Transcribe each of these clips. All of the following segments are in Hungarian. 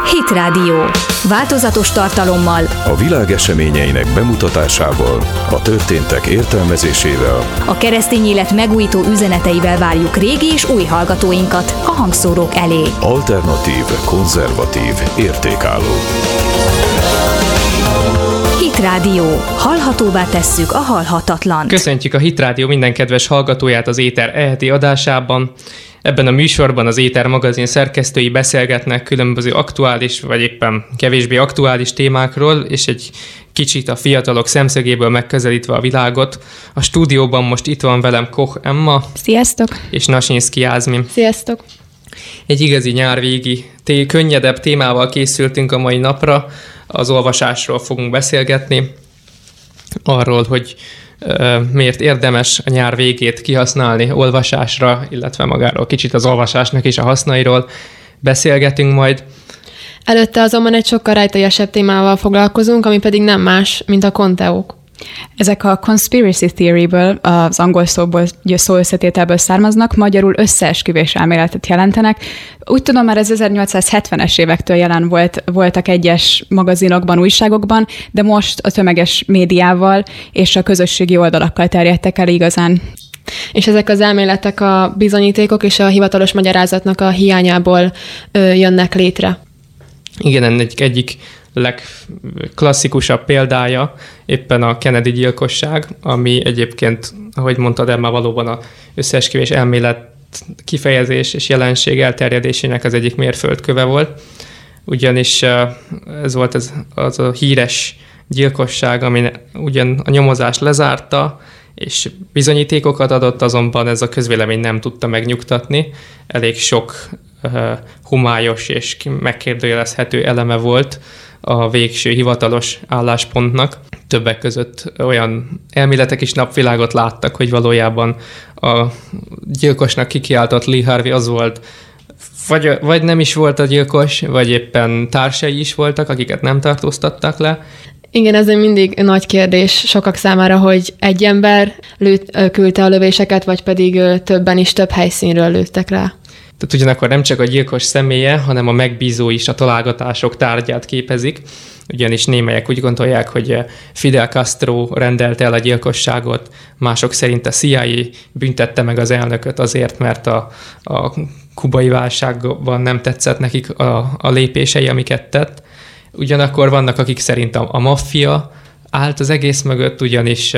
Hit Radio. Változatos tartalommal, a világ eseményeinek bemutatásával, a történtek értelmezésével, a keresztény élet megújító üzeneteivel várjuk régi és új hallgatóinkat a hangszórók elé. Alternatív, konzervatív, értékálló. Hit Radio. Hallhatóvá tesszük a halhatatlant. Köszöntjük a Hit Radio minden kedves hallgatóját az Éter eheti adásában. Ebben a műsorban az Éter magazin szerkesztői beszélgetnek különböző aktuális, vagy éppen kevésbé aktuális témákról, és egy kicsit a fiatalok szemszögéből megközelítve a világot. A stúdióban most itt van velem Koch Emma. Sziasztok! És Nasinszky Ázmi. Sziasztok! Egy igazi nyárvégi, könnyedebb témával készültünk a mai napra. Az olvasásról fogunk beszélgetni, arról, hogy miért érdemes a nyár végét kihasználni olvasásra, illetve magáról kicsit az olvasásnak is a hasznairól beszélgetünk majd. Előtte azonban egy sokkal rejteljesebb témával foglalkozunk, ami pedig nem más, mint a konteók. Ezek a conspiracy theory-ből, az angol szó összetételből származnak, magyarul összeesküvés elméletet jelentenek. Úgy tudom, már ez 1870-es évektől jelen voltak egyes magazinokban, újságokban, de most a tömeges médiával és a közösségi oldalakkal terjedtek el igazán. És ezek az elméletek a bizonyítékok és a hivatalos magyarázatnak a hiányából jönnek létre. Igen, ennek egyik legklasszikusabb példája éppen a Kennedy gyilkosság, ami egyébként, ahogy mondtad, Emma, valóban az összeesküvés elmélet kifejezés és jelenség elterjedésének az egyik mérföldköve volt. Ugyanis ez volt az a híres gyilkosság, ami ugyan a nyomozást lezárta, és bizonyítékokat adott, azonban ez a közvélemény nem tudta megnyugtatni. Elég sok homályos és megkérdőjelezhető eleme volt a végső hivatalos álláspontnak. Többek között olyan elméletek is napvilágot láttak, hogy valójában a gyilkosnak kikiáltott Lee Harvey az volt, vagy nem is volt a gyilkos, vagy éppen társai is voltak, akiket nem tartóztattak le. Igen, ez mindig nagy kérdés sokak számára, hogy egy ember küldte a lövéseket, vagy pedig többen is több helyszínről lőttek rá. Tehát ugyanakkor nem csak a gyilkos személye, hanem a megbízó is a találgatások tárgyát képezik, ugyanis némelyek úgy gondolják, hogy Fidel Castro rendelte el a gyilkosságot, mások szerint a CIA büntette meg az elnököt azért, mert a kubai válságban nem tetszett nekik a lépései, amiket tett. Ugyanakkor vannak, akik szerint a maffia állt az egész mögött, ugyanis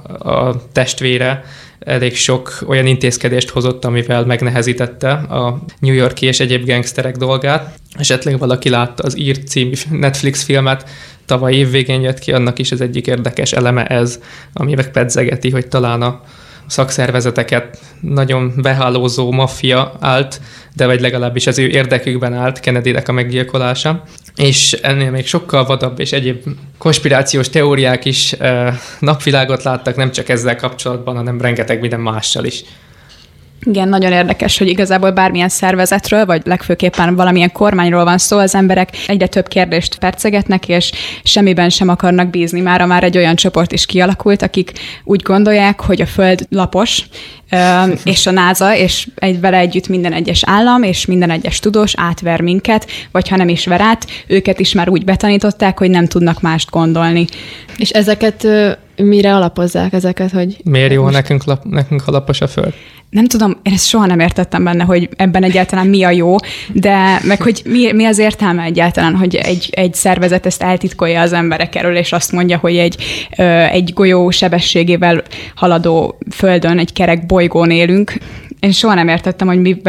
a testvére elég sok olyan intézkedést hozott, amivel megnehezítette a New York-i és egyéb gangsterek dolgát. Esetleg valaki látta az Ír című Netflix filmet, tavaly évvégén jött ki, annak is az egyik érdekes eleme ez, ami megpedzegeti, hogy talán a szakszervezeteket nagyon behálózó maffia állt, de vagy legalábbis az ő érdekükben állt Kennedynek a meggyilkolása. És ennél még sokkal vadabb és egyéb konspirációs teóriák is napvilágot láttak, nem csak ezzel kapcsolatban, hanem rengeteg minden mással is. Igen, nagyon érdekes, hogy igazából bármilyen szervezetről, vagy legfőképpen valamilyen kormányról van szó, az emberek egyre több kérdést percegetnek, és semmiben sem akarnak bízni. Már egy olyan csoport is kialakult, akik úgy gondolják, hogy a Föld lapos, és a NASA, és vele együtt minden egyes állam, és minden egyes tudós átver minket, vagy ha nem is ver át, őket is már úgy betanították, hogy nem tudnak mást gondolni. És ezeket mire alapozzák ezeket, hogy... Miért jó, ha nekünk a lapos a Föld? Nem tudom, én ezt soha nem értettem benne, hogy ebben egyáltalán mi a jó, de meg hogy mi az értelme egyáltalán, hogy egy szervezet ezt eltitkolja az emberek elől, és azt mondja, hogy egy golyó sebességével haladó földön, egy kerek bolygón élünk. Én soha nem értettem, hogy mi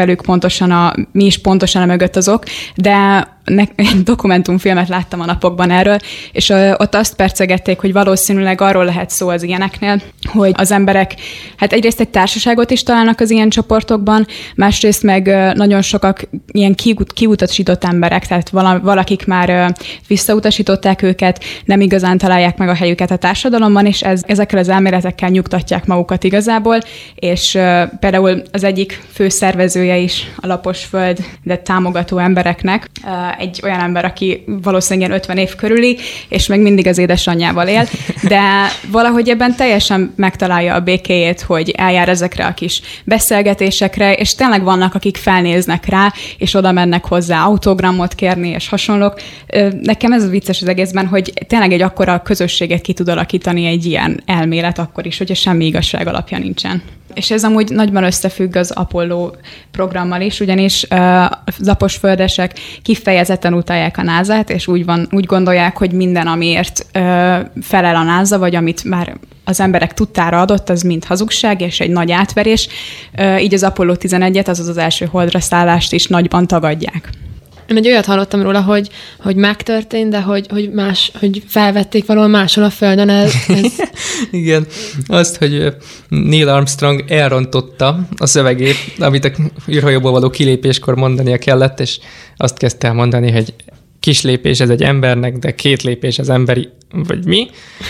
is pontosan a mögött az ok, de egy dokumentumfilmet láttam a napokban erről, és ott azt percegették, hogy valószínűleg arról lehet szó az ilyeneknél, hogy az emberek, hát egyrészt egy társaságot is találnak az ilyen csoportokban, másrészt meg nagyon sokak ilyen kiutasított emberek, tehát valakik már visszautasították őket, nem igazán találják meg a helyüket a társadalomban, és ezekkel az elméletekkel nyugtatják magukat igazából, és például az egyik fő szervezője is a lapos föld, de támogató embereknek, egy olyan ember, aki valószínűleg 50 év körüli, és még mindig az édesanyjával él, de valahogy ebben teljesen megtalálja a békéjét, hogy eljár ezekre a kis beszélgetésekre, és tényleg vannak, akik felnéznek rá, és oda mennek hozzá autogramot kérni, és hasonlók. Nekem ez vicces az egészben, hogy tényleg egy akkora közösséget ki tud alakítani egy ilyen elmélet akkor is, hogyha semmi igazság alapja nincsen. És ez amúgy nagyban összefügg az Apollo programmal is, ugyanis az laposföldesek kifejezetten utálják a NASA-t, és úgy gondolják, hogy minden, amiért felel a NASA, vagy amit már az emberek tudtára adott, az mind hazugság, és egy nagy átverés. Így az Apollo 11-et, azaz az első holdra szállást is nagyban tagadják. Én egy olyat hallottam róla, hogy megtörtént, de hogy felvették valahol máshol a Földön. Ez... Igen, azt, hogy Neil Armstrong elrontotta a szövegét, amit a űrhajóból való kilépéskor mondania kellett, és azt kezdte el mondani, hogy kis lépés ez egy embernek, de 2 lépés az emberi, vagy mi?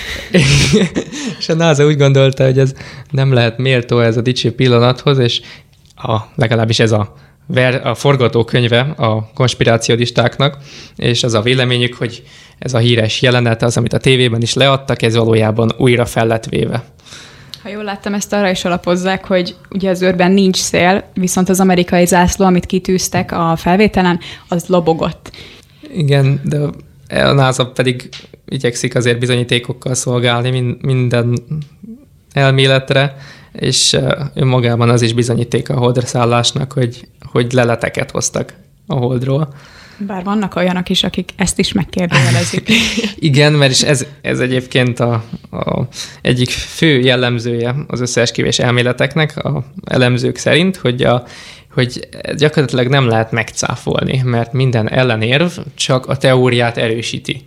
És a NASA úgy gondolta, hogy ez nem lehet méltó ez a dicső pillanathoz, és legalábbis ez a forgatókönyve a konspirációdistáknak, és az a véleményük, hogy ez a híres jelenet, az, amit a tévében is leadtak, ez valójában újra fel lett véve. Ha jól láttam, ezt arra is alapozzák, hogy ugye az űrben nincs szél, viszont az amerikai zászló, amit kitűztek a felvételen, az lobogott. Igen, de a NASA pedig igyekszik azért bizonyítékokkal szolgálni minden elméletre, és önmagában az is bizonyíték a holdra szállásnak, hogy leleteket hoztak a holdról. Bár vannak olyanok is, akik ezt is megkérdőjelezik. Igen, mert is ez egyébként a egyik fő jellemzője az összeesküvés elméleteknek, a elemzők szerint, hogy gyakorlatilag nem lehet megcáfolni, mert minden ellenérv csak a teóriát erősíti.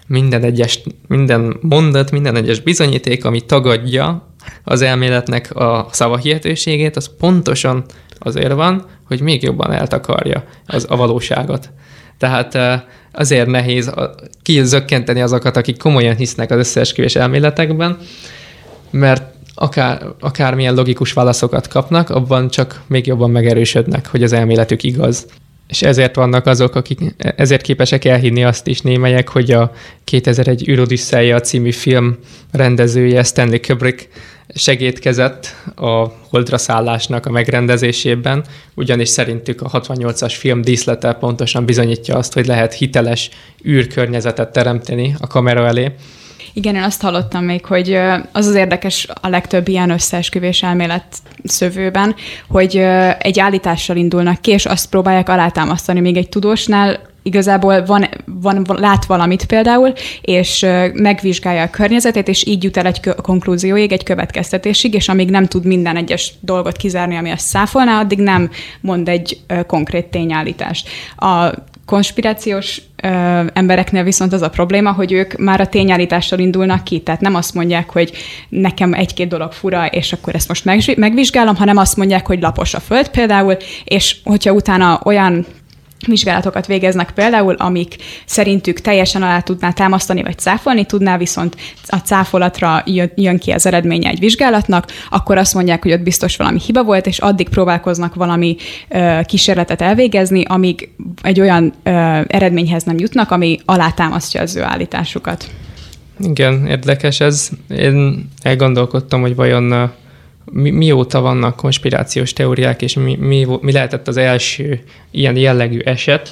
Minden mondat, minden egyes bizonyíték, ami tagadja az elméletnek a szavahihetőségét, az pontosan azért van, hogy még jobban eltakarja a valóságot. Tehát azért nehéz kizökkenteni azokat, akik komolyan hisznek az összeesküvés elméletekben, mert akármilyen logikus válaszokat kapnak, abban csak még jobban megerősödnek, hogy az elméletük igaz. És ezért vannak azok, akik ezért képesek elhinni azt is némelyek, hogy a 2001 űrodüsszeia című film rendezője Stanley Kubrick segédkezett a holdra szállásnak a megrendezésében, ugyanis szerintük a 68-as film díszlete pontosan bizonyítja azt, hogy lehet hiteles űrkörnyezetet teremteni a kamera elé. Igen, én azt hallottam még, hogy az érdekes a legtöbb ilyen összeesküvés elmélet szövőben, hogy egy állítással indulnak ki, és azt próbálják alátámasztani még egy tudósnál, igazából lát valamit például, és megvizsgálja a környezetét, és így jut el egy konklúzióig, egy következtetésig, és amíg nem tud minden egyes dolgot kizárni, ami azt száfolná, addig nem mond egy konkrét tényállítást. A konspirációs embereknél viszont az a probléma, hogy ők már a tényállítással indulnak ki, tehát nem azt mondják, hogy nekem 1-2 dolog fura, és akkor ezt most megvizsgálom, hanem azt mondják, hogy lapos a Föld például, és hogyha utána olyan vizsgálatokat végeznek például, amik szerintük teljesen alá tudná támasztani, vagy cáfolni tudná, viszont a cáfolatra jön ki az eredménye egy vizsgálatnak, akkor azt mondják, hogy ott biztos valami hiba volt, és addig próbálkoznak valami kísérletet elvégezni, amíg egy olyan eredményhez nem jutnak, ami alátámasztja az ő állításukat. Igen, érdekes ez. Én elgondolkodtam, hogy vajon mióta vannak konspirációs teóriák, és mi lehetett az első ilyen jellegű eset,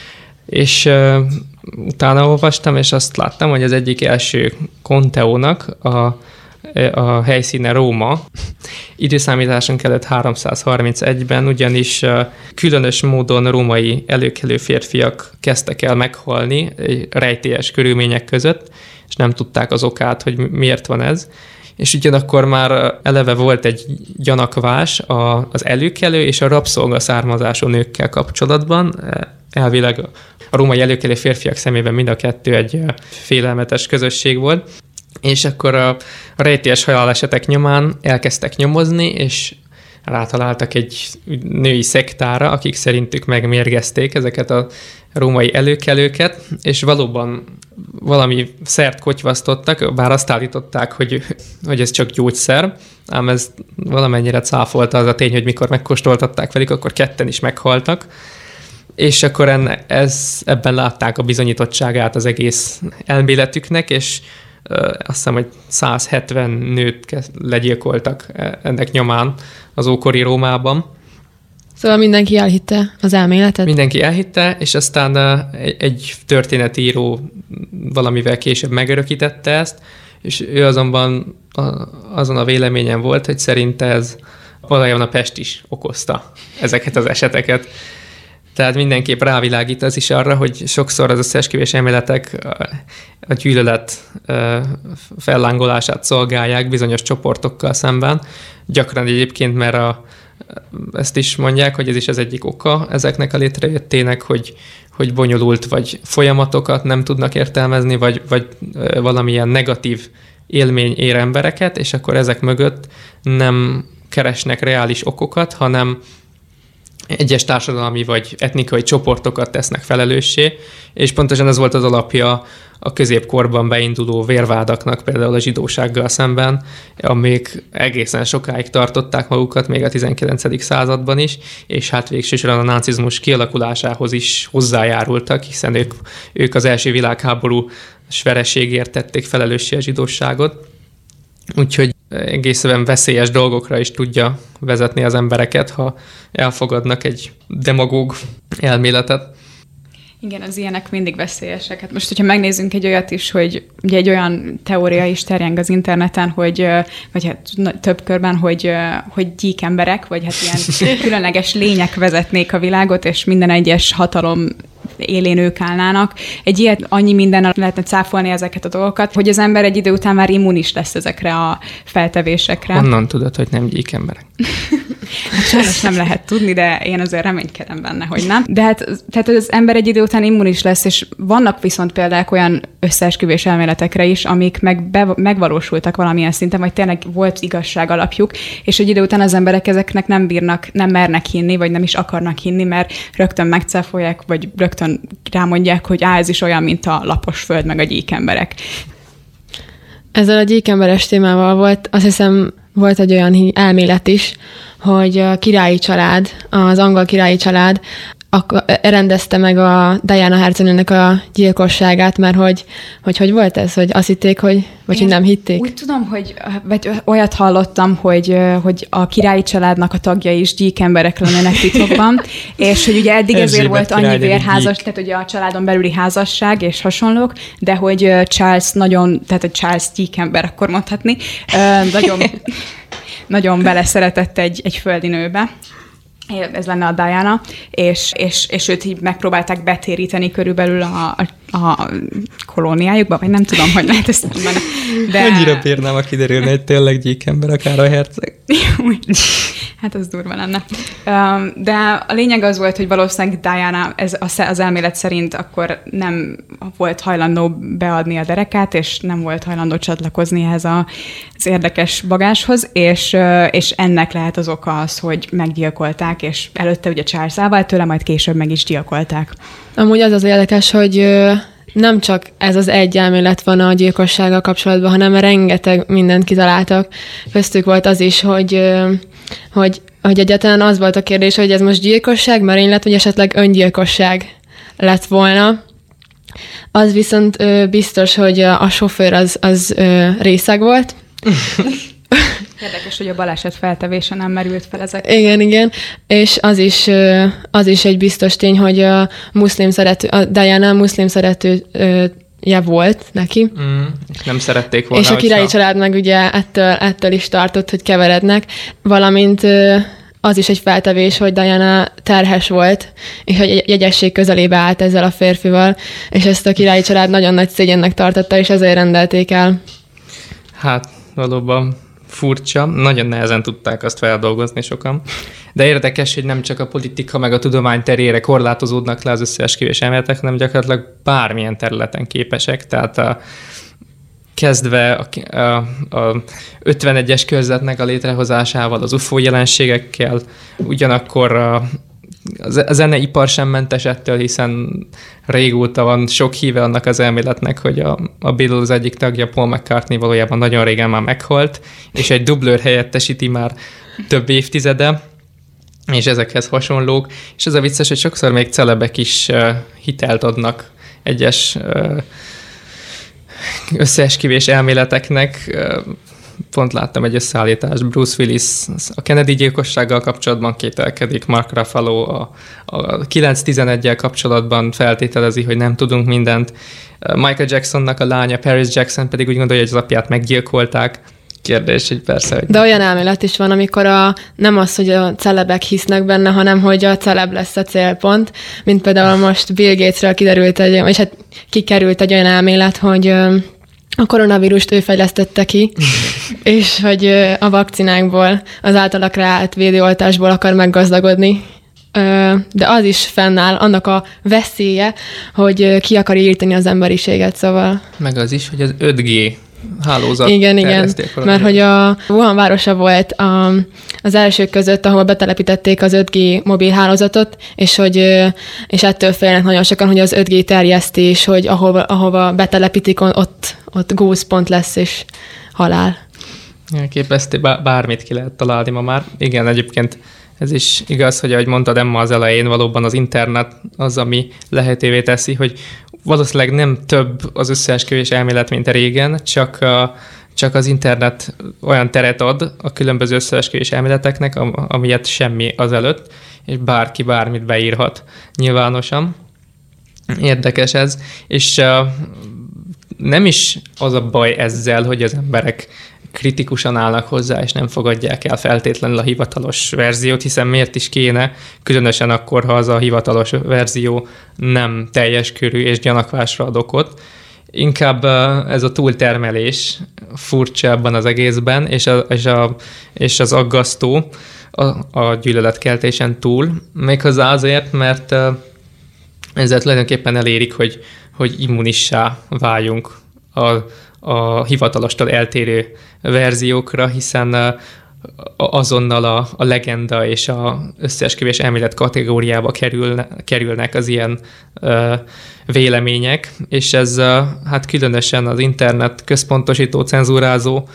és utána olvastam, és azt láttam, hogy az egyik első konteónak a helyszíne Róma, időszámításunk előtt 331-ben, ugyanis különös módon római előkelő férfiak kezdtek el meghalni rejtélyes körülmények között, és nem tudták az okát, hogy miért van ez. És ugyanakkor már eleve volt egy gyanakvás az előkelő és a rabszolga származású nőkkel kapcsolatban. Elvileg a római előkelő férfiak szemében mind a kettő egy félelmetes közösség volt. És akkor a rejtélyes halálesetek nyomán elkezdtek nyomozni, és rátaláltak egy női szektára, akik szerintük megmérgezték ezeket a római előkelőket, és valóban valami szert kotyvasztottak, bár azt állították, hogy ez csak gyógyszer, ám ez valamennyire cáfolta az a tény, hogy mikor megkóstoltatták velük, akkor ketten is meghaltak. És akkor ebben látták a bizonyítottságát az egész elméletüknek, és azt hiszem, hogy 170 nőt legyilkoltak ennek nyomán az ókori Rómában. Szóval mindenki elhitte az elméletet? Mindenki elhitte, és aztán egy történetíró valamivel később megörökítette ezt, és ő azonban azon a véleményen volt, hogy szerinte ez valójában a pest is okozta ezeket az eseteket. Tehát mindenképp rávilágít az is arra, hogy sokszor az összeesküvés elméletek a gyűlölet fellángolását szolgálják bizonyos csoportokkal szemben. Gyakran egyébként, mert ezt is mondják, hogy ez is az egyik oka ezeknek a létrejöttének, hogy bonyolult vagy folyamatokat nem tudnak értelmezni, vagy valamilyen negatív élmény ér embereket, és akkor ezek mögött nem keresnek reális okokat, hanem egyes társadalmi vagy etnikai csoportokat tesznek felelőssé, és pontosan ez volt az alapja a középkorban beinduló vérvádaknak, például a zsidósággal szemben, amik egészen sokáig tartották magukat, még a 19. században is, és hát végsősorban a nácizmus kialakulásához is hozzájárultak, hiszen ők az első világháború vereségért tették felelőssé a zsidóságot. Úgyhogy egészen veszélyes dolgokra is tudja vezetni az embereket, ha elfogadnak egy demagóg elméletet. Igen, az ilyenek mindig veszélyesek. Hát most, hogyha megnézzünk egy olyat is, hogy ugye egy olyan teória is terjeng az interneten, vagy hát több körben, hogy gyík emberek, vagy hát ilyen különleges lények vezetnék a világot, és minden egyes hatalom élén ők állnának. Egy ilyet annyi mindennel lehetne cáfolni ezeket a dolgokat, hogy az ember egy idő után már immunis lesz ezekre a feltevésekre. Honnan tudod, hogy nem gyík emberek? Hát sajnos nem lehet tudni, de én azért reménykedem benne, hogy nem. De tehát az ember egy idő után immunis lesz, és vannak viszont példák olyan összeesküvés elméletekre is, amik megvalósultak valamilyen szinten, vagy tényleg volt igazság alapjuk, és egy idő után az emberek ezeknek nem mernek hinni, vagy nem is akarnak hinni, mert rögtön megcáfolják, vagy rögtön rámondják, hogy ez is olyan, mint a lapos föld, meg a gyíkemberek. Ezzel a gyíkemberes témával volt, azt hiszem, volt egy olyan elmélet is, hogy a királyi család, az angol királyi család rendezte meg a Diana hercegnőnek a gyilkosságát, mert hogy volt ez, hogy azt hitték, vagy hogy nem hitték? Úgy tudom, hogy olyat hallottam, hogy a királyi családnak a tagjai is gyík emberek lennének titokban, és hogy ugye eddig ezért volt annyi vérházas, tehát ugye a családon belüli házasság és hasonlók, de hogy Charles tehát a Charles gyík ember, akkor mondhatni, nagyon beleszeretett egy földi nőbe. Ez lenne a Diana, és őt így megpróbálták betéríteni körülbelül a kolóniájukba, vagy nem tudom, hogy lehet ezt mondani. De... Annyira bírnám, ha kiderülne, hogy tényleg gyík ember, akár a herceg. Hát az durva lenne. De a lényeg az volt, hogy valószínűleg Diana az elmélet szerint akkor nem volt hajlandó beadni a derekát, és nem volt hajlandó csatlakozni ehhez az érdekes bagáshoz, és ennek lehet az oka az, hogy meggyilkolták, és előtte ugye Charles elvált tőle, majd később meg is gyilkolták. Amúgy az érdekes, hogy nem csak ez az egy elmélet van a gyilkossággal kapcsolatban, hanem rengeteg mindent kitaláltak. Köztük volt az is, hogy egyáltalán az volt a kérdés, hogy ez most gyilkosság, merénylet, vagy esetleg öngyilkosság lett volna. Az viszont biztos, hogy a sofőr az részeg volt. Érdekes, hogy a baleset feltevése nem merült fel ezek. Igen, és az is egy biztos tény, hogy a Diana muszlim szeretője volt neki. Nem szerették volna. És a királyi család meg ugye ettől is tartott, hogy keverednek, valamint az is egy feltevés, hogy Diana terhes volt, és hogy jegyesség közelébe állt ezzel a férfival, és ezt a királyi család nagyon nagy szégyennek tartotta, és ezért rendelték el. Hát, valóban furcsa, nagyon nehezen tudták azt feldolgozni sokan. De érdekes, hogy nem csak a politika meg a tudomány terére korlátozódnak le az összeesküvés elméletek, hanem gyakorlatilag bármilyen területen képesek. Tehát kezdve a 51-es körzetnek a létrehozásával, az UFO jelenségekkel, ugyanakkor a zeneipar sem mentes ettől, hiszen régóta van sok híve annak az elméletnek, hogy a Beatles egyik tagja, Paul McCartney valójában nagyon régen már meghalt, és egy dublőr helyettesíti már több évtizede, és ezekhez hasonlók, és ez a vicces, hogy sokszor még celebek is hitelt adnak egyes összeesküvés elméleteknek. Pont láttam egy összeállítást, Bruce Willis a Kennedy gyilkossággal kapcsolatban kételkedik, Mark Ruffalo a 9/11-jel kapcsolatban feltételezi, hogy nem tudunk mindent. Michael Jacksonnak a lánya, Paris Jackson pedig úgy gondolja, hogy az apját meggyilkolták. Kérdés, hogy persze, hogy... De olyan elmélet is van, amikor nem az, hogy a celebek hisznek benne, hanem hogy a celeb lesz a célpont, mint például most Bill Gatesről kikerült egy olyan elmélet, hogy a koronavírust ő fejlesztette ki, és hogy a vakcinákból, az általa kreált védőoltásból akar meggazdagodni. De az is fennáll, annak a veszélye, hogy ki akar írtani az emberiséget, szóval... Meg az is, hogy az 5G hálózat. Igen, mert hogy a Wuhan városa volt az elsők között, ahol betelepítették az 5G mobil hálózatot, és ettől félnek nagyon sokan, hogy az 5G terjesztés, hogy ahova betelepítik, ott gózpont lesz, és halál. Elképesztő, bármit ki lehet találni ma már. Igen, egyébként ez is igaz, hogy ahogy mondtad Emma az elején, valóban az internet az, ami lehetővé teszi, hogy valószínűleg nem több az összeesküvés elmélet, mint régen, csak az internet olyan teret ad a különböző összeesküvés elméleteknek, amilyet semmi azelőtt, és bárki bármit beírhat nyilvánosan. Érdekes ez, és nem is az a baj ezzel, hogy az emberek kritikusan állnak hozzá, és nem fogadják el feltétlenül a hivatalos verziót, hiszen miért is kéne, különösen akkor, ha az a hivatalos verzió nem teljes körű és gyanakvásra ad okot. Inkább ez a túltermelés furcsa ebben az egészben, és az aggasztó a gyűlöletkeltésen túl, méghozzá azért, mert ezzel tulajdonképpen elérik, hogy immunissá váljunk a hivatalostól eltérő verziókra, hiszen azonnal a legenda és a összeesküvés elmélet kategóriába kerülnek az ilyen vélemények, és ez hát különösen az internet központosító, cenzúrázó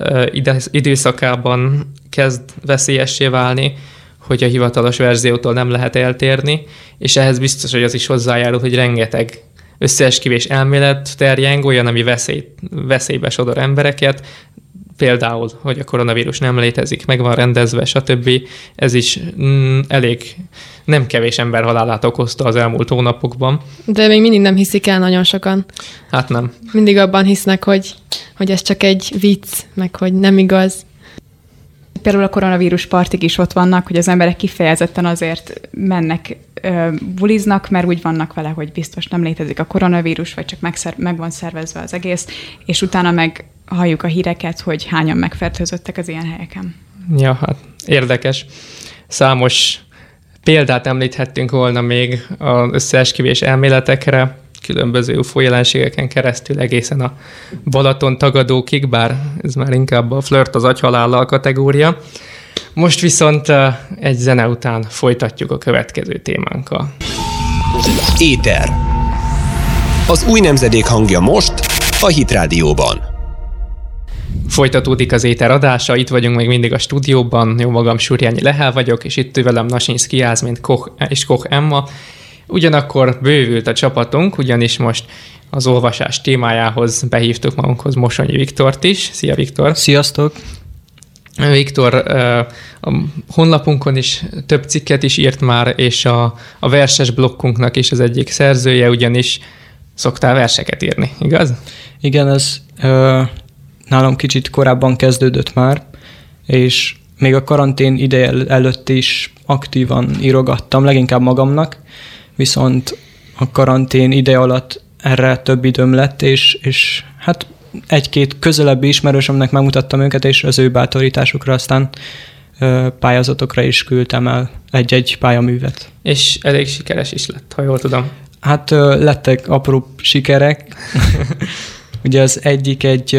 időszakában kezd veszélyessé válni, hogy a hivatalos verziótól nem lehet eltérni, és ehhez biztos, hogy az is hozzájárul, hogy rengeteg összeesküvés elmélet terjeng, olyan, ami veszélybe sodor embereket, például, hogy a koronavírus nem létezik, meg van rendezve, stb. Ez is elég nem kevés ember halálát okozta az elmúlt hónapokban. De még mindig nem hiszik el nagyon sokan. Hát nem. Mindig abban hisznek, hogy ez csak egy vicc, meg hogy nem igaz. Például a koronavírus partig is ott vannak, hogy az emberek kifejezetten azért mennek, buliznak, mert úgy vannak vele, hogy biztos nem létezik a koronavírus, vagy csak meg van szervezve az egész, és utána meg halljuk a híreket, hogy hányan megfertőzöttek az ilyen helyeken. Ja, hát érdekes. Számos példát említhettünk volna még az összeesküvés elméletekre, különböző UFO jelenségeken keresztül egészen a Balaton tagadókig, bár ez már inkább a flirt az agyhalállal kategória. Most viszont egy zene után folytatjuk a következő témánkkal. Éter. Az új nemzedék hangja most a Hit Rádióban. Folytatódik az Éter adása, itt vagyunk még mindig a stúdióban, jó magam Surjányi Lehel vagyok, és itt velem Nasinszki Jászmin és Koch Emma. Ugyanakkor bővült a csapatunk, ugyanis most az olvasás témájához behívtuk magunkhoz Mosonyi Viktort is. Szia, Viktor! Sziasztok! Viktor a honlapunkon is több cikket is írt már, és a verses blokkunknak is az egyik szerzője, ugyanis szoktál verseket írni, igaz? Igen, ez nálam kicsit korábban kezdődött már, és még a karantén ideje előtt is aktívan írogattam, leginkább magamnak, viszont a karantén ideje alatt erre több időm lett, és hát egy-két közelebbi ismerősömnek megmutattam őket, és az ő bátorításukra aztán pályázatokra is küldtem el egy-egy pályaművet. És elég sikeres is lett, ha jól tudom. Hát lettek apró sikerek. Ugye az egyik egy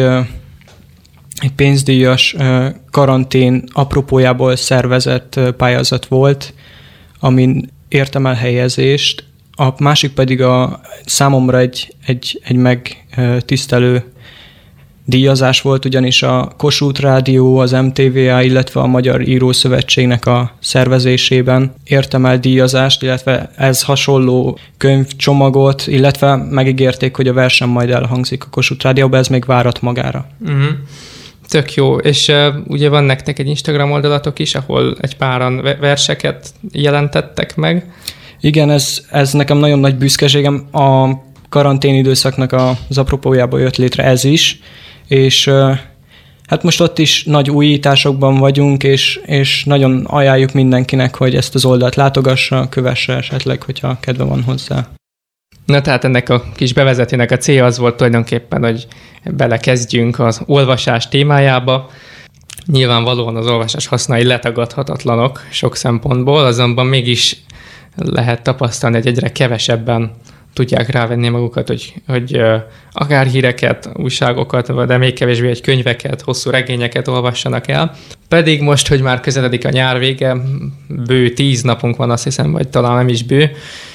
pénzdíjas karantén apropójából szervezett pályázat volt, amin értem el helyezést, a másik pedig számomra egy megtisztelő díjazás volt, ugyanis a Kossuth Rádió, az MTVA, illetve a Magyar Írószövetségnek a szervezésében értem el díjazást, illetve ez hasonló könyvcsomagot, illetve megígérték, hogy a verseny majd elhangzik a Kossuth Rádióban, ez még várat magára. Uh-huh. Tök jó, és ugye van nektek egy Instagram oldalatok is, ahol egy páran verseket jelentettek meg. Igen, ez nekem nagyon nagy büszkeségem. A karantén időszaknak az apropójából jött létre ez is, és hát most ott is nagy újításokban vagyunk, és nagyon ajánljuk mindenkinek, hogy ezt az oldalt látogassa, kövesse esetleg, hogyha kedve van hozzá. Na tehát ennek a kis bevezetőnek a célja az volt tulajdonképpen, hogy belekezdjünk az olvasás témájába. Nyilvánvalóan az olvasás hasznai letagadhatatlanok sok szempontból, azonban mégis lehet tapasztalni, hogy egyre kevesebben tudják rávenni magukat, hogy akár híreket, újságokat, de még kevésbé egy könyveket, hosszú regényeket olvassanak el. Pedig most, hogy már közeledik a nyár vége, bő 10 napunk van, azt hiszem, vagy talán nem is bő,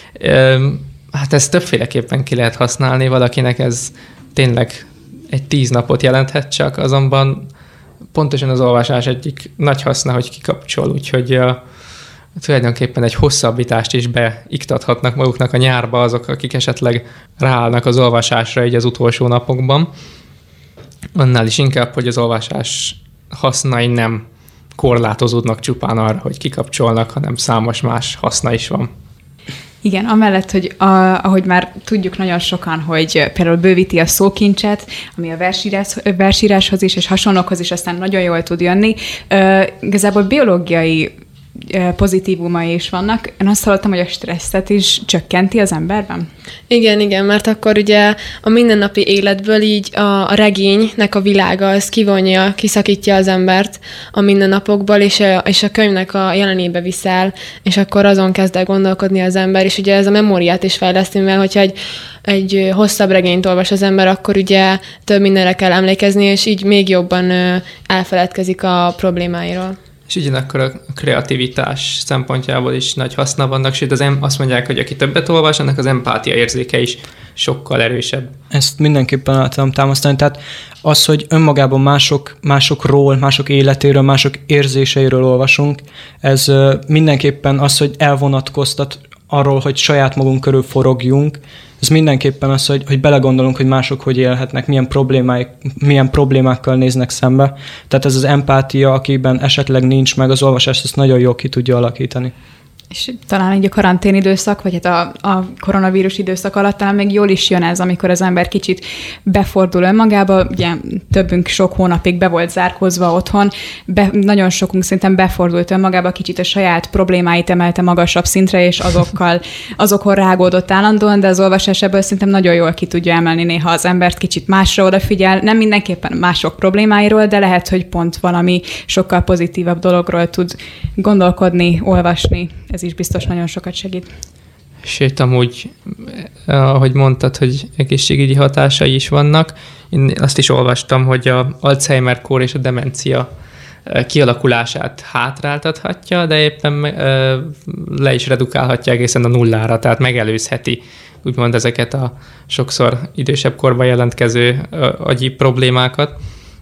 hát ezt többféleképpen ki lehet használni, valakinek ez tényleg egy 10 napot jelenthet csak, azonban pontosan az olvasás egyik nagy haszna, hogy kikapcsol, úgyhogy tulajdonképpen egy hosszabbítást is beiktathatnak maguknak a nyárba azok, akik esetleg ráállnak az olvasásra így az utolsó napokban. Annál is inkább, hogy az olvasás hasznai nem korlátozódnak csupán arra, hogy kikapcsolnak, hanem számos más haszna is van. Igen, amellett, hogy ahogy már tudjuk nagyon sokan, hogy például bővíti a szókincset, ami a versíráshoz is és hasonlókhoz is aztán nagyon jól tud jönni. Igazából biológiai pozitívumai is vannak. Én azt hallottam, hogy a stresszet is csökkenti az emberben. Igen, mert akkor ugye a mindennapi életből így a regénynek a világa, az kivonja, kiszakítja az embert a mindennapokból, és a könyvnek a jelenébe viszel, és akkor azon kezd el gondolkodni az ember, és ugye ez a memóriát is fejleszti, mert hogyha egy hosszabb regényt olvas az ember, akkor ugye több mindenre kell emlékezni, és így még jobban elfeledkezik a problémáiról. És ugyanakkor a kreativitás szempontjából is nagy haszna vannak, sőt azt mondják, hogy aki többet olvas, annak az empátia érzéke is sokkal erősebb. Ezt mindenképpen el tudom támasztani. Tehát az, hogy önmagában másokról, mások életéről, mások érzéseiről olvasunk, ez mindenképpen az, hogy elvonatkoztat arról, hogy saját magunk körül forogjunk, ez mindenképpen az, hogy belegondolunk, hogy mások hogy élhetnek, milyen problémákkal néznek szembe. Tehát ez az empátia, akiben esetleg nincs meg, az olvasás, ezt nagyon jól ki tudja alakítani. És talán egy a karantén időszak, vagy hát a koronavírus időszak alatt talán még jól is jön ez, amikor az ember kicsit befordul önmagába, ugye többünk sok hónapig be volt zárkózva otthon, nagyon sokunk szerintem befordult önmagába, kicsit a saját problémáit emelte magasabb szintre, és azokon rágódott állandóan, de az olvasás ebből szerintem nagyon jól ki tudja emelni néha az embert, kicsit másra odafigyel, nem mindenképpen mások problémáiról, de lehet, hogy pont valami sokkal pozitívabb dologról tud gondolkodni, olvasni. Ez is biztos nagyon sokat segít. Sőt, amúgy, ahogy mondtad, hogy egészségügyi hatásai is vannak, én azt is olvastam, hogy az Alzheimer-kór és a demencia kialakulását hátráltathatja, de éppen le is redukálhatja egészen a nullára, tehát megelőzheti úgymond ezeket a sokszor idősebb korban jelentkező agyi problémákat.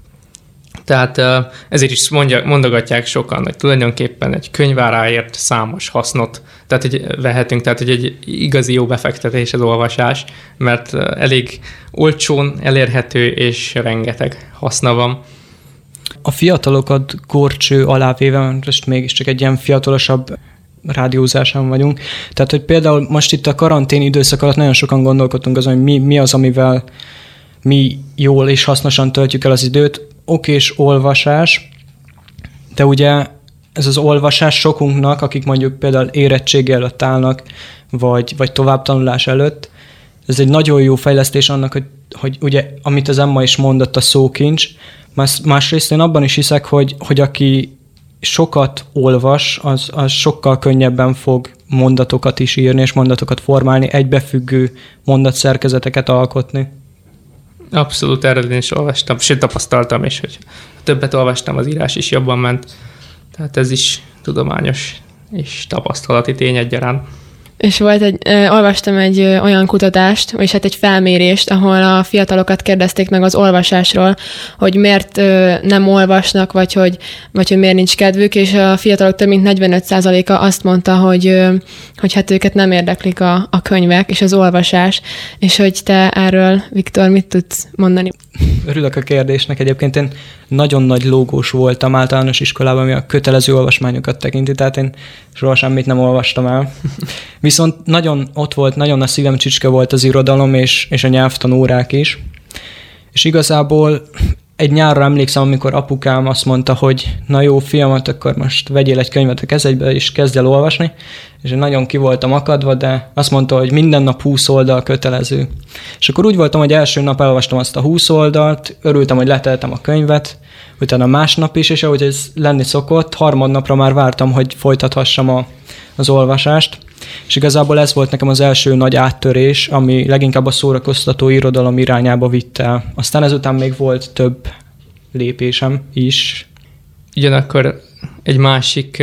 Tehát ezért is mondogatják sokan, hogy tulajdonképpen egy könyváráért számos hasznot vehetünk, tehát hogy egy igazi jó befektetés az olvasás, mert elég olcsón elérhető, és rengeteg haszna van. A fiatalokat górcső alá véve, most mégiscsak egy ilyen fiatalosabb rádiózáson vagyunk. Tehát, hogy például most itt a karantén időszak alatt nagyon sokan gondolkodtunk azon, hogy mi az, amivel mi jól és hasznosan töltjük el az időt. Okés olvasás, de ugye ez az olvasás sokunknak, akik mondjuk például érettségi előtt állnak, vagy továbbtanulás előtt, ez egy nagyon jó fejlesztés annak, hogy ugye, amit az Emma is mondott, a szókincs. Másrészt én abban is hiszek, hogy aki sokat olvas, az sokkal könnyebben fog mondatokat is írni, és mondatokat formálni, egybefüggő mondatszerkezeteket alkotni. Abszolút, erről én is olvastam, sőt tapasztaltam is, hogy többet olvastam, az írás is jobban ment. Tehát ez is tudományos és tapasztalati tény egyaránt. És olvastam egy olyan kutatást, és hát egy felmérést, ahol a fiatalokat kérdezték meg az olvasásról, hogy miért nem olvasnak, vagy hogy miért nincs kedvük, és a fiatalok több mint 45%-a azt mondta, hogy hát őket nem érdeklik a könyvek és az olvasás, és hogy te erről, Viktor, mit tudsz mondani? Örülök a kérdésnek. Egyébként én nagyon nagy lógós voltam általános iskolában, ami a kötelező olvasmányokat tekinti, tehát én soha semmit nem olvastam el. Viszont nagyon ott volt, nagyon a szívem csücske volt az irodalom és a nyelvtanórák is. És igazából egy nyárra emlékszem, amikor apukám azt mondta, hogy na jó, fiamat, akkor most vegyél egy könyvet a kezedbe, és kezdj el olvasni. És én nagyon ki voltam akadva, de azt mondta, hogy minden nap 20 oldal kötelező. És akkor úgy voltam, hogy első nap elolvastam azt a 20 oldalt, örültem, hogy leteltem a könyvet, utána másnap is, és ahogy ez lenni szokott, harmadnapra már vártam, hogy folytathassam az olvasást. És igazából ez volt nekem az első nagy áttörés, ami leginkább a szórakoztató irodalom irányába vitt el. Aztán ezután még volt több lépésem is. Ugyanakkor egy másik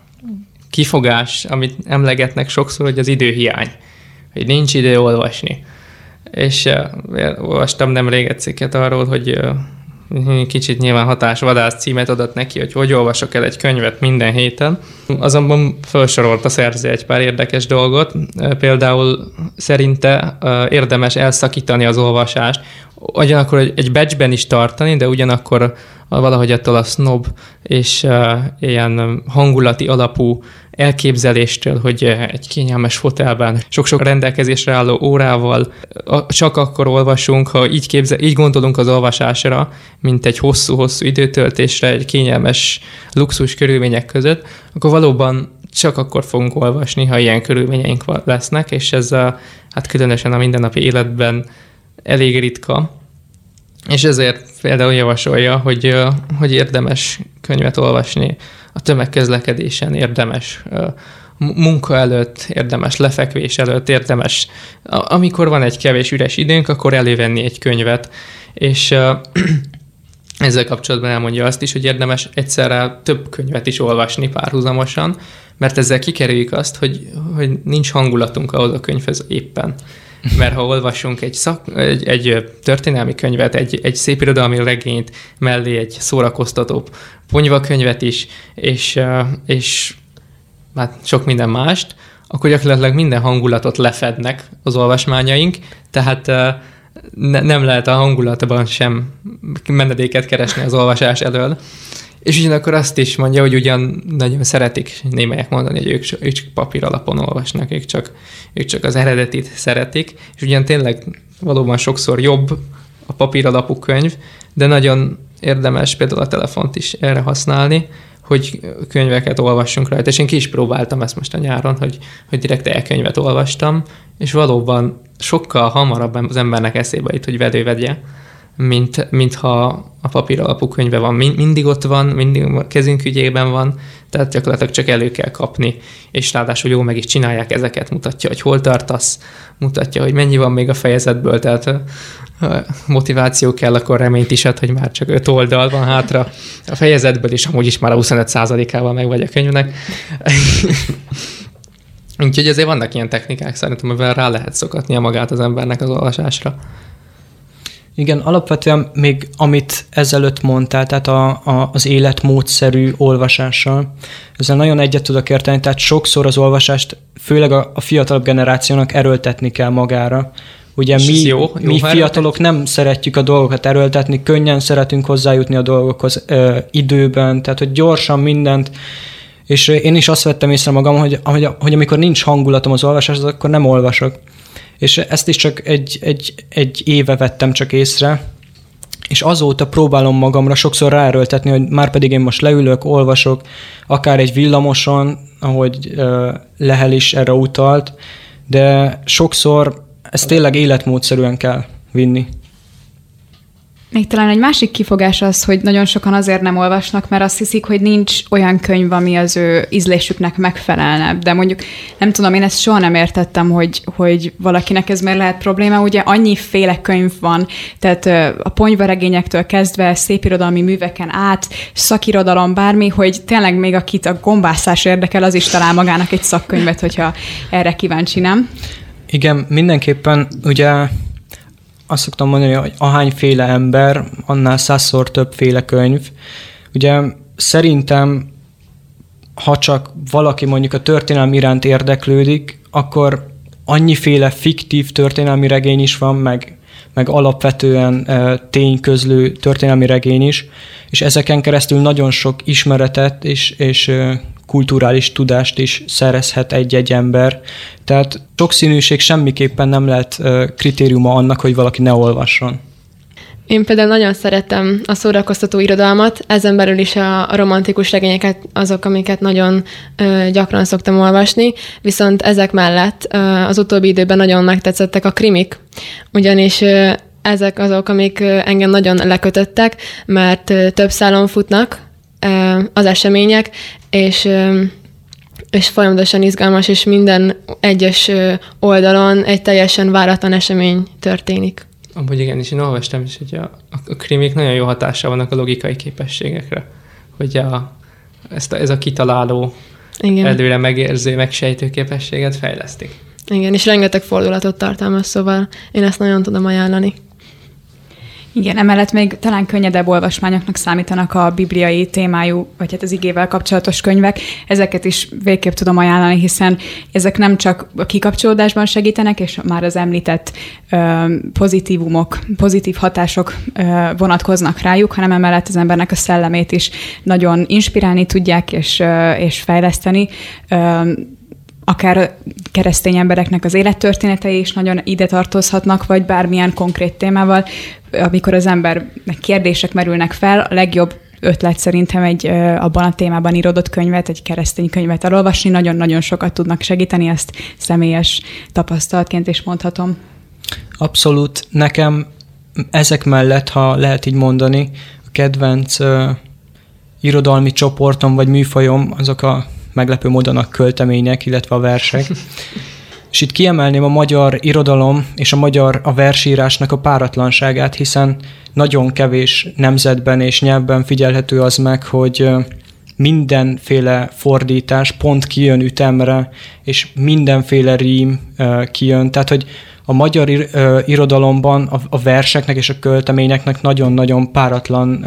kifogás, amit emlegetnek sokszor, hogy az időhiány, hogy nincs idő olvasni. És olvastam nemrég egy cikket arról, hogy kicsit nyilván hatásvadász címet adott neki, hogy olvasok el egy könyvet minden héten. Azonban felsorolt a szerző egy pár érdekes dolgot. Például szerinte érdemes elszakítani az olvasást, ugyanakkor egy batchben is tartani, de ugyanakkor valahogy attól a snob és ilyen hangulati alapú elképzeléstől, hogy egy kényelmes fotelben sok-sok rendelkezésre álló órával csak akkor olvasunk, ha így gondolunk az olvasásra, mint egy hosszú-hosszú időtöltésre, egy kényelmes luxus körülmények között, akkor valóban csak akkor fogunk olvasni, ha ilyen körülményeink lesznek, és ez hát különösen a mindennapi életben elég ritka. És ezért például javasolja, hogy érdemes könyvet olvasni a tömegközlekedésen, érdemes munka előtt, érdemes lefekvés előtt, érdemes, amikor van egy kevés üres időnk, akkor elővenni egy könyvet. És ezzel kapcsolatban elmondja azt is, hogy érdemes egyszerre több könyvet is olvasni párhuzamosan, mert ezzel kikerüljük azt, hogy nincs hangulatunk ahhoz a könyvhez éppen. Mert ha olvasunk egy történelmi könyvet, egy szép irodalmi regényt, mellé egy szórakoztató ponyvakönyvet is, és hát sok minden mást, akkor gyakorlatilag minden hangulatot lefednek az olvasmányaink, tehát nem lehet a hangulatban sem menedéket keresni az olvasás elől. És ugyanakkor azt is mondja, hogy ugyan nagyon szeretik némelyek mondani, hogy ők csak papír alapon olvasnak, ők csak az eredetit szeretik, és ugyan tényleg valóban sokszor jobb a papír alapú könyv, de nagyon érdemes például a telefont is erre használni, hogy könyveket olvassunk rajta. És én ki is próbáltam ezt most a nyáron, hogy direkt e-könyvet olvastam, és valóban sokkal hamarabb az embernek eszébe jut, hogy vegye, mint ha a papír alapú könyve van. Mindig ott van, mindig a kezünk ügyében van, tehát gyakorlatilag csak elő kell kapni, és ráadásul jól meg is csinálják ezeket, mutatja, hogy hol tartasz, mutatja, hogy mennyi van még a fejezetből, tehát motiváció kell, akkor reményt is ad, hogy már csak 5 oldal van hátra a fejezetből, és amúgy is már a 25%-ával meg vagy a könyvnek. Úgyhogy azért vannak ilyen technikák szerintem, amivel rá lehet szokatnia magát az embernek az olvasásra. Igen, alapvetően még amit ezelőtt mondtál, tehát az életmódszerű olvasással, ezzel nagyon egyet tudok érteni, tehát sokszor az olvasást, főleg a fiatalabb generációnak erőltetni kell magára. Ugye mi fiatalok nem szeretjük a dolgokat erőltetni, könnyen szeretünk hozzájutni a dolgokhoz időben, tehát hogy gyorsan mindent, és én is azt vettem észre magam, hogy amikor nincs hangulatom az olvasáshoz, akkor nem olvasok. És ezt is csak egy éve vettem csak észre, és azóta próbálom magamra sokszor ráerőltetni, hogy már pedig én most leülök, olvasok, akár egy villamoson, ahogy Lehel is erre utalt, de sokszor ezt tényleg életmódszerűen kell vinni. Még talán egy másik kifogás az, hogy nagyon sokan azért nem olvasnak, mert azt hiszik, hogy nincs olyan könyv, ami az ő ízlésüknek megfelelne. De mondjuk, nem tudom, én ezt soha nem értettem, hogy valakinek ez miért lehet probléma. Ugye annyiféle könyv van, tehát a ponyvaregényektől kezdve szépirodalmi műveken át, szakirodalom, bármi, hogy tényleg még akit a gombászás érdekel, az is talál magának egy szakkönyvet, hogyha erre kíváncsi, nem? Igen, mindenképpen ugye azt szoktam mondani, hogy ahányféle ember, annál 100-szor többféle könyv. Ugye szerintem, ha csak valaki mondjuk a történelem iránt érdeklődik, akkor annyiféle fiktív történelmi regény is van, meg alapvetően tényközlő történelmi regény is, és ezeken keresztül nagyon sok ismeretet és kulturális tudást is szerezhet egy-egy ember. Tehát sokszínűség semmiképpen nem lehet kritériuma annak, hogy valaki ne olvasson. Én például nagyon szeretem a szórakoztató irodalmat, ezen belül is a romantikus regényeket, azok, amiket nagyon gyakran szoktam olvasni, viszont ezek mellett az utóbbi időben nagyon megtetszettek a krimik, ugyanis ezek azok, amik engem nagyon lekötöttek, mert több szálon futnak az események, és folyamatosan izgalmas, és minden egyes oldalon egy teljesen váratlan esemény történik. Amúgy igen, és én olvastam is, hogy a krimik nagyon jó hatással vannak a logikai képességekre, hogy ez a kitaláló, igen, előre megérző, megsejtő képességet fejlesztik. Igen, és rengeteg fordulatot tartalmaz, szóval én ezt nagyon tudom ajánlani. Igen, emellett még talán könnyedebb olvasmányoknak számítanak a bibliai témájú, vagy hát az igével kapcsolatos könyvek. Ezeket is végképp tudom ajánlani, hiszen ezek nem csak a kikapcsolódásban segítenek, és már az említett pozitívumok, pozitív hatások vonatkoznak rájuk, hanem emellett az embernek a szellemét is nagyon inspirálni tudják, és fejleszteni. Akár keresztény embereknek az élettörténetei is nagyon ide tartozhatnak, vagy bármilyen konkrét témával. Amikor az embernek kérdések merülnek fel, a legjobb ötlet szerintem egy abban a témában íródott könyvet, egy keresztény könyvet elolvasni, nagyon-nagyon sokat tudnak segíteni, ezt személyes tapasztalatként is mondhatom. Abszolút. Nekem ezek mellett, ha lehet így mondani, a kedvenc irodalmi csoportom vagy műfajom, azok a meglepő módon a költemények, illetve a versek. És itt kiemelném a magyar irodalom és a versírásnak a páratlanságát, hiszen nagyon kevés nemzetben és nyelvben figyelhető az meg, hogy mindenféle fordítás pont kijön ütemre, és mindenféle rím kijön. Tehát, hogy a magyar irodalomban a verseknek és a költeményeknek nagyon-nagyon páratlan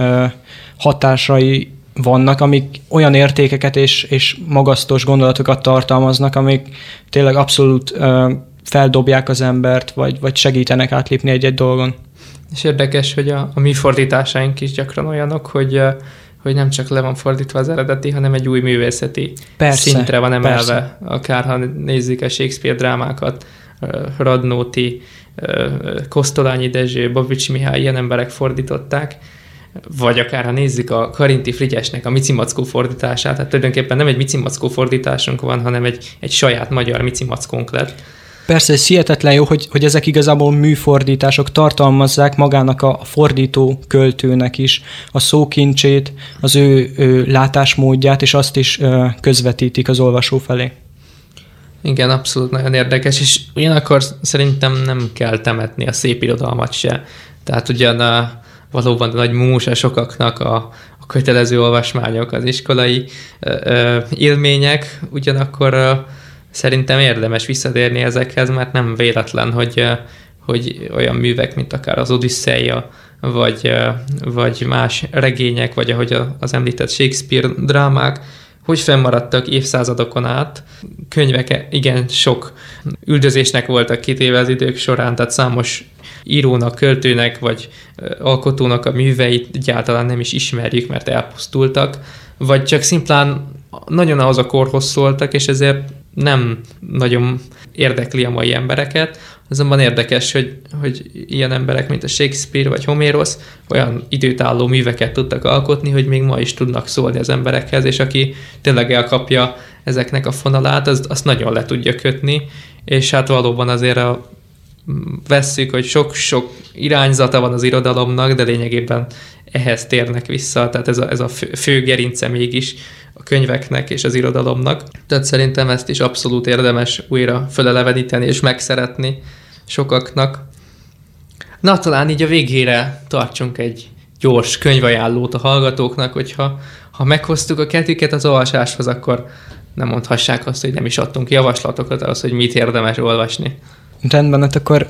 hatásai vannak, amik olyan értékeket és magasztos gondolatokat tartalmaznak, amik tényleg abszolút feldobják az embert, vagy segítenek átlépni egy-egy dolgon. És érdekes, hogy a mi fordításaink is gyakran olyanok, hogy nem csak le van fordítva az eredeti, hanem egy új művészeti szintre van emelve. Persze. Akár ha nézzük a Shakespeare drámákat, Radnóti, Kosztolányi Dezső, Babics Mihály, ilyen emberek fordították, vagy akár ha nézzük a Karinti Frigyesnek a Micimackó fordítását, tehát tulajdonképpen nem egy Micimackó fordításunk van, hanem egy saját magyar Micimackónk lett. Persze, ez hihetetlen jó, hogy ezek igazából műfordítások, tartalmazzák magának a fordító költőnek is a szókincsét, az ő látásmódját, és azt is közvetítik az olvasó felé. Igen, abszolút nagyon érdekes, és ugyanakkor szerintem nem kell temetni a szép irodalmat se. Tehát ugyan valóban a nagy músa sokaknak a kötelező olvasmányok, az iskolai élmények, ugyanakkor szerintem érdemes visszatérni ezekhez, mert nem véletlen, hogy olyan művek, mint akár az Odüsszeia, vagy más regények, vagy ahogy az említett Shakespeare drámák, hogy fennmaradtak évszázadokon át. Könyvek igen sok üldözésnek voltak kitéve az idők során, tehát számos írónak, költőnek vagy alkotónak a műveit egyáltalán nem is ismerjük, mert elpusztultak, vagy csak szimplán nagyon ahhoz a korhoz szóltak, és ezért nem nagyon érdekli a mai embereket. Azonban érdekes, hogy ilyen emberek, mint a Shakespeare vagy Homérosz olyan időtálló műveket tudtak alkotni, hogy még ma is tudnak szólni az emberekhez, és aki tényleg elkapja ezeknek a fonalát, azt nagyon le tudja kötni, és hát valóban azért vesszük, hogy sok-sok irányzata van az irodalomnak, de lényegében ehhez térnek vissza, tehát ez a fő gerince mégis a könyveknek és az irodalomnak. Tehát szerintem ezt is abszolút érdemes újra föleleveníteni és megszeretni sokaknak. Na, talán így a végére tartsunk egy gyors könyvajánlót a hallgatóknak, hogyha meghoztuk a kezüket az olvasáshoz, akkor nem mondhassák azt, hogy nem is adtunk javaslatokat az, hogy mit érdemes olvasni. Rendben, hát akkor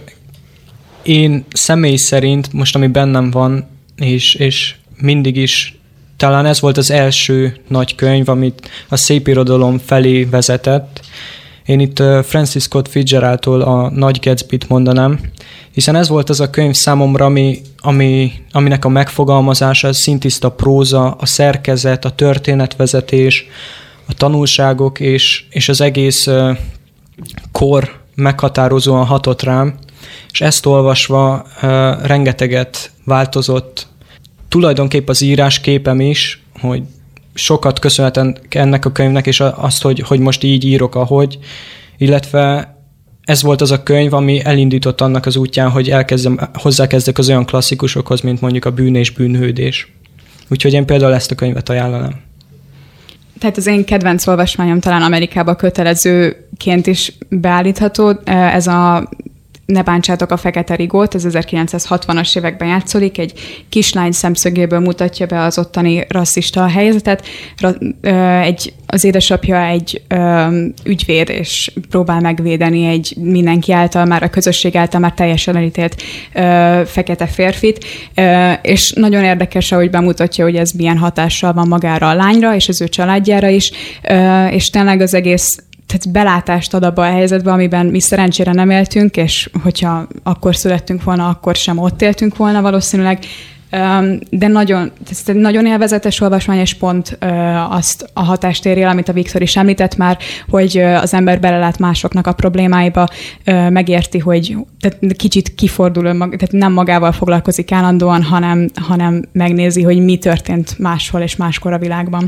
én személy szerint, most ami bennem van, és mindig is, talán ez volt az első nagy könyv, amit a szép irodalom felé vezetett. Én itt Francis Scott Fitzgeraldtól a Nagy Gatsbyt mondanám, hiszen ez volt az a könyv számomra, aminek a megfogalmazása, a szintiszta próza, a szerkezet, a történetvezetés, a tanulságok és az egész kor meghatározóan hatott rám, és ezt olvasva rengeteget változott. Tulajdonképp az írásképem is, hogy sokat köszönhetem ennek a könyvnek, és azt, hogy most így írok, ahogy, illetve ez volt az a könyv, ami elindított annak az útján, hogy hozzákezdek az olyan klasszikusokhoz, mint mondjuk a Bűn és bűnhődés. Úgyhogy én például ezt a könyvet ajánlanám. Tehát az én kedvenc olvasmányom talán Amerikában kötelezőként is beállítható. Ez a Ne bántsátok a fekete rigót, ez 1960-as években játszódik, egy kislány szemszögéből mutatja be az ottani rasszista helyzetet. Az édesapja egy ügyvéd, és próbál megvédeni egy mindenki által, már a közösség által már teljesen elítélt fekete férfit, és nagyon érdekes, ahogy bemutatja, hogy ez milyen hatással van magára a lányra, és az ő családjára is, és tényleg az egész tehát belátást ad abba a helyzetbe, amiben mi szerencsére nem éltünk, és hogyha akkor születtünk volna, akkor sem ott éltünk volna valószínűleg, de nagyon élvezetes olvasmány, és pont azt a hatást éri el, amit a Viktor is említett már, hogy az ember belelát másoknak a problémáiba, megérti, hogy tehát kicsit kifordul, tehát nem magával foglalkozik állandóan, hanem megnézi, hogy mi történt máshol és máskor a világban.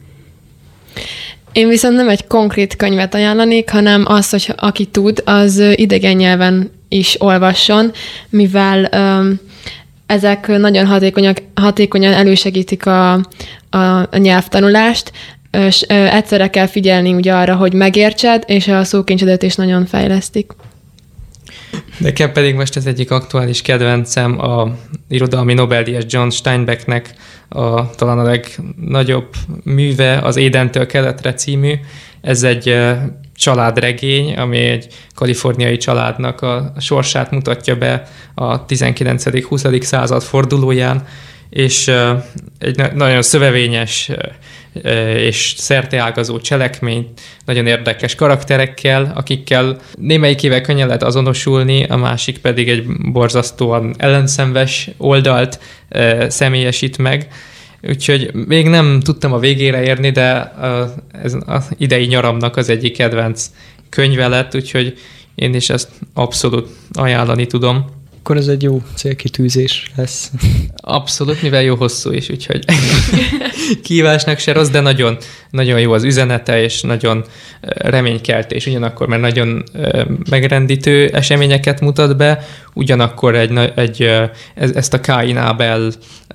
Én viszont nem egy konkrét könyvet ajánlanék, hanem azt, hogy aki tud, az idegen nyelven is olvasson, mivel ezek nagyon hatékonyan elősegítik a nyelvtanulást, és egyszerre kell figyelni ugye arra, hogy megértsed, és a szókincsedet is nagyon fejlesztik. Nekem pedig most ez egyik aktuális kedvencem a irodalmi Nobel-díjas John Steinbecknek talán a legnagyobb műve, az Édentől keletre című. Ez egy családregény, ami egy kaliforniai családnak a sorsát mutatja be a 19.-20. század fordulóján, és egy nagyon szövevényes és szerteágazó cselekmény, nagyon érdekes karakterekkel, akikkel némelyikével könnyen lehet azonosulni, a másik pedig egy borzasztóan ellenszenves oldalt személyesít meg. Úgyhogy még nem tudtam a végére érni, de ez az idei nyaramnak az egyik kedvenc könyve lett, úgyhogy én is ezt abszolút ajánlani tudom. Akkor ez egy jó célkitűzés lesz. Abszolút, mivel jó hosszú is, úgyhogy kihívásnak se rossz, de nagyon, nagyon jó az üzenete, és nagyon reménykeltés, ugyanakkor, mert nagyon megrendítő eseményeket mutat be, ugyanakkor ezt a Káin Ábel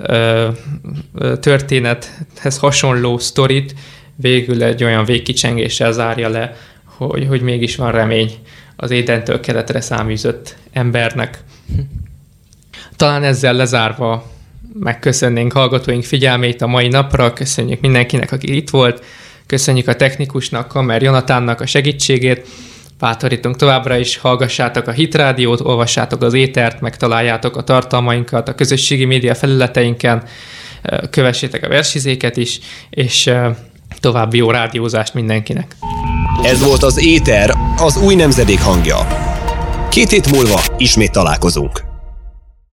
történethez hasonló sztorit végül egy olyan végkicsengéssel zárja le, hogy mégis van remény az Édentől keletre száműzött embernek. Talán ezzel lezárva megköszönnénk hallgatóink figyelmét a mai napra, köszönjük mindenkinek, aki itt volt, köszönjük a technikusnak, Kammer Jonatánnak a segítségét, bátorítunk továbbra is, hallgassátok a Hit Rádiót, olvassátok az étert, megtaláljátok a tartalmainkat a közösségi média felületeinken, kövessétek a versizéket is, és további jó rádiózást mindenkinek. Ez volt az Éter, az új nemzedék hangja. 2 hét múlva ismét találkozunk.